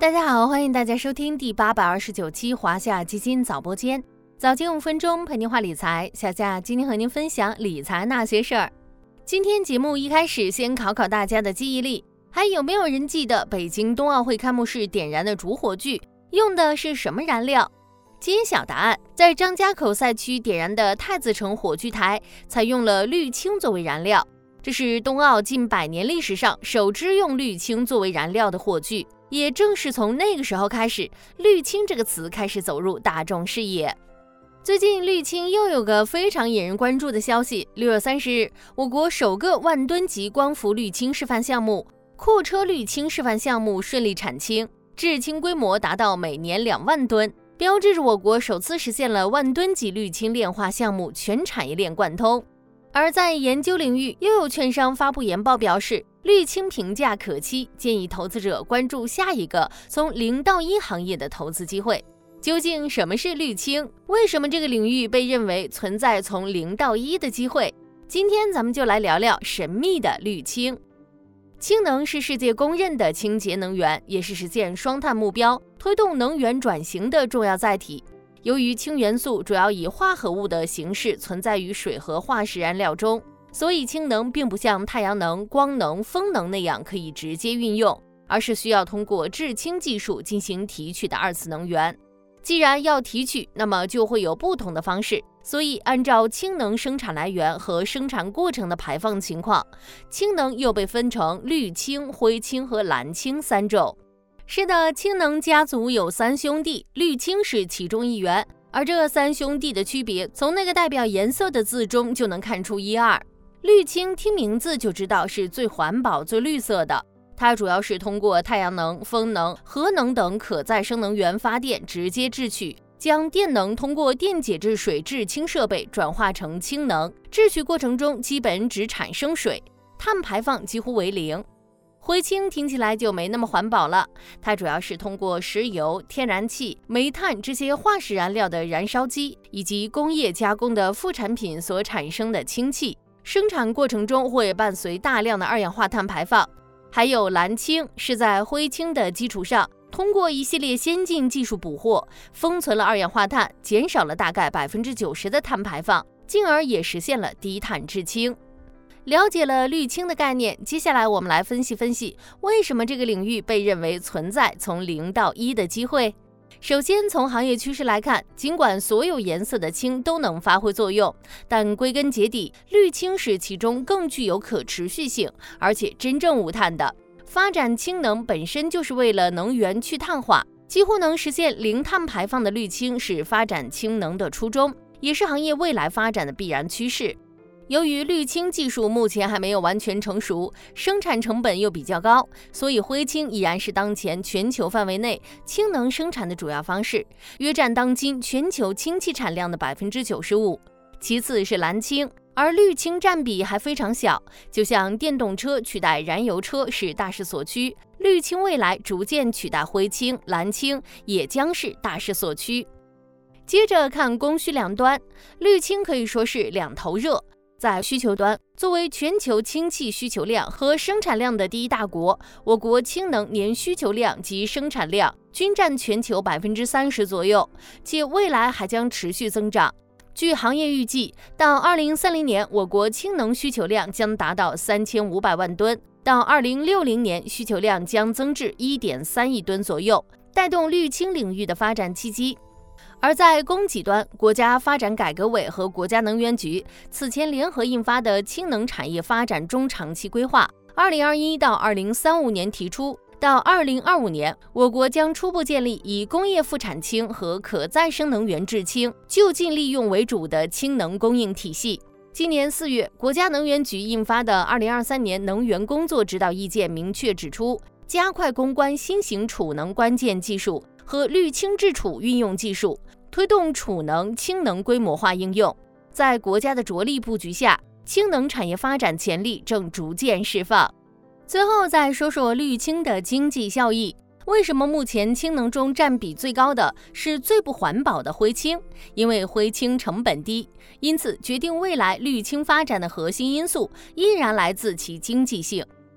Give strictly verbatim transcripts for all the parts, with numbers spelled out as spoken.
大家好，欢迎大家收听第八百二十九期华夏基金早播间，早间五分钟陪您话理财。夏夏今天和您分享理财那些事儿。今天节目一开始先考考大家的记忆力，还有没有人记得北京冬奥会开幕式点燃的主火炬用的是什么燃料？揭晓答案，在张家口赛区点燃的太子城火炬台采用了氯氢作为燃料，这是冬奥近百年历史上首支用氯氢作为燃料的火炬。也正是从那个时候开始，氯氢这个词开始走入大众视野。最近氯氢又有个非常引人关注的消息，六月三十日，我国首个万吨级光伏滤氢示范项目库车滤氢示范项目顺利产氢，制氢规模达到每年两万吨，标志着我国首次实现了万吨级滤氢炼化项目全产业链贯通。而在研究领域，又有券商发布研报表示，滤氢评价可期，建议投资者关注下一个从零到一行业的投资机会。究竟什么是滤氢？为什么这个领域被认为存在从零到一的机会？今天咱们就来聊聊神秘的滤氢。氢能是世界公认的清洁能源，也是实现双碳目标、推动能源转型的重要载体。由于氢元素主要以化合物的形式存在于水和化石燃料中，所以氢能并不像太阳能、光能、风能那样可以直接运用，而是需要通过制氢技术进行提取的二次能源。既然要提取，那么就会有不同的方式，所以按照氢能生产来源和生产过程的排放情况，氢能又被分成氯氢、灰氢和蓝氢三种。是的，氢能家族有三兄弟，氯氢是其中一员，而这三兄弟的区别，从那个代表颜色的字中就能看出一二。氯氢听名字就知道是最环保、最绿色的，它主要是通过太阳能、风能、核能等可再生能源发电直接制取，将电能通过电解质水制氢设备转化成氢能，制取过程中基本只产生水，碳排放几乎为零。灰氢听起来就没那么环保了，它主要是通过石油、天然气、煤炭这些化石燃料的燃烧机以及工业加工的副产品所产生的氢气，生产过程中会伴随大量的二氧化碳排放。还有蓝氢，是在灰氢的基础上，通过一系列先进技术捕获，封存了二氧化碳，减少了大概 百分之九十 的碳排放，进而也实现了低碳制氢。了解了滤氢的概念，接下来我们来分析分析，为什么这个领域被认为存在从零到一的机会。首先从行业趋势来看，尽管所有颜色的氢都能发挥作用，但归根结底，滤氢是其中更具有可持续性，而且真正无碳的。发展氢能本身就是为了能源去碳化，几乎能实现零碳排放的滤氢是发展氢能的初衷，也是行业未来发展的必然趋势。由于滤氢技术目前还没有完全成熟，生产成本又比较高，所以灰氢依然是当前全球范围内氢能生产的主要方式，约占当今全球氢气产量的 百分之九十五。 其次是蓝氢，而氯氢占比还非常小，就像电动车取代燃油车是大势所趋，氯氢未来逐渐取代灰氢、蓝氢也将是大势所趋。接着看供需两端，氯氢可以说是两头热。在需求端，作为全球氢气需求量和生产量的第一大国，我国氢能年需求量及生产量均占全球 百分之三十 左右，且未来还将持续增长。据行业预计，到二零三零年，我国氢能需求量将达到三千五百万吨，到二零六零年需求量将增至 一点三亿吨左右，带动氯氢领域的发展契机。而在供给端，国家发展改革委和国家能源局此前联合印发的氢能产业发展中长期规划二零二一到二零三五年提出，到二零二五年，我国将初步建立以工业副产氢和可再生能源制氢、就近利用为主的氢能供应体系。今年四月，国家能源局印发的二零二三年能源工作指导意见明确指出，加快攻关新型储能关键技术和氯氢制储运用技术，推动储能、氢能规模化应用。在国家的着力布局下，氢能产业发展潜力正逐渐释放。最后再说说滤氢的经济效益。为什么目前氢能中占比最高的是最不环保的灰氢？因为灰氢成本低，因此决定未来滤氢发展的核心因素依然来自其经济性。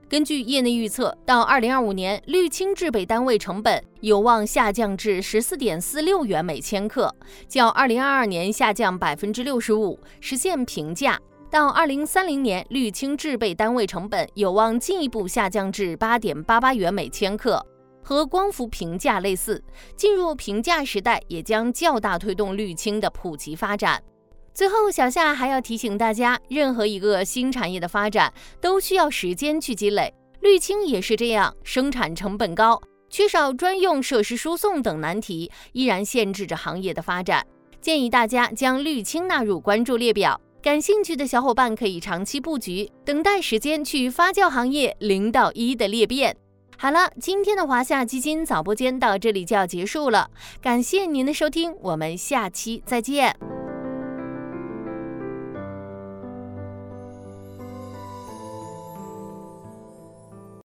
根据业内预测，到二零二五年，氯氢制备单位成本有望下降至 十四点四六元每千克，较二零二二年下降 百分之六十五， 实现平价。到二零三零年，氯氢制备单位成本有望进一步下降至 八点八八元每千克，和光伏平价类似。进入平价时代，也将较大推动氯氢的普及发展。最后，小夏还要提醒大家，任何一个新产业的发展都需要时间去积累，氯氢也是这样，生产成本高，缺少专用设施输送等难题，依然限制着行业的发展。建议大家将氯氢纳入关注列表，感兴趣的小伙伴可以长期布局，等待时间去发酵行业零到一的裂变。好了，今天的华夏基金早播间到这里就要结束了，感谢您的收听，我们下期再见。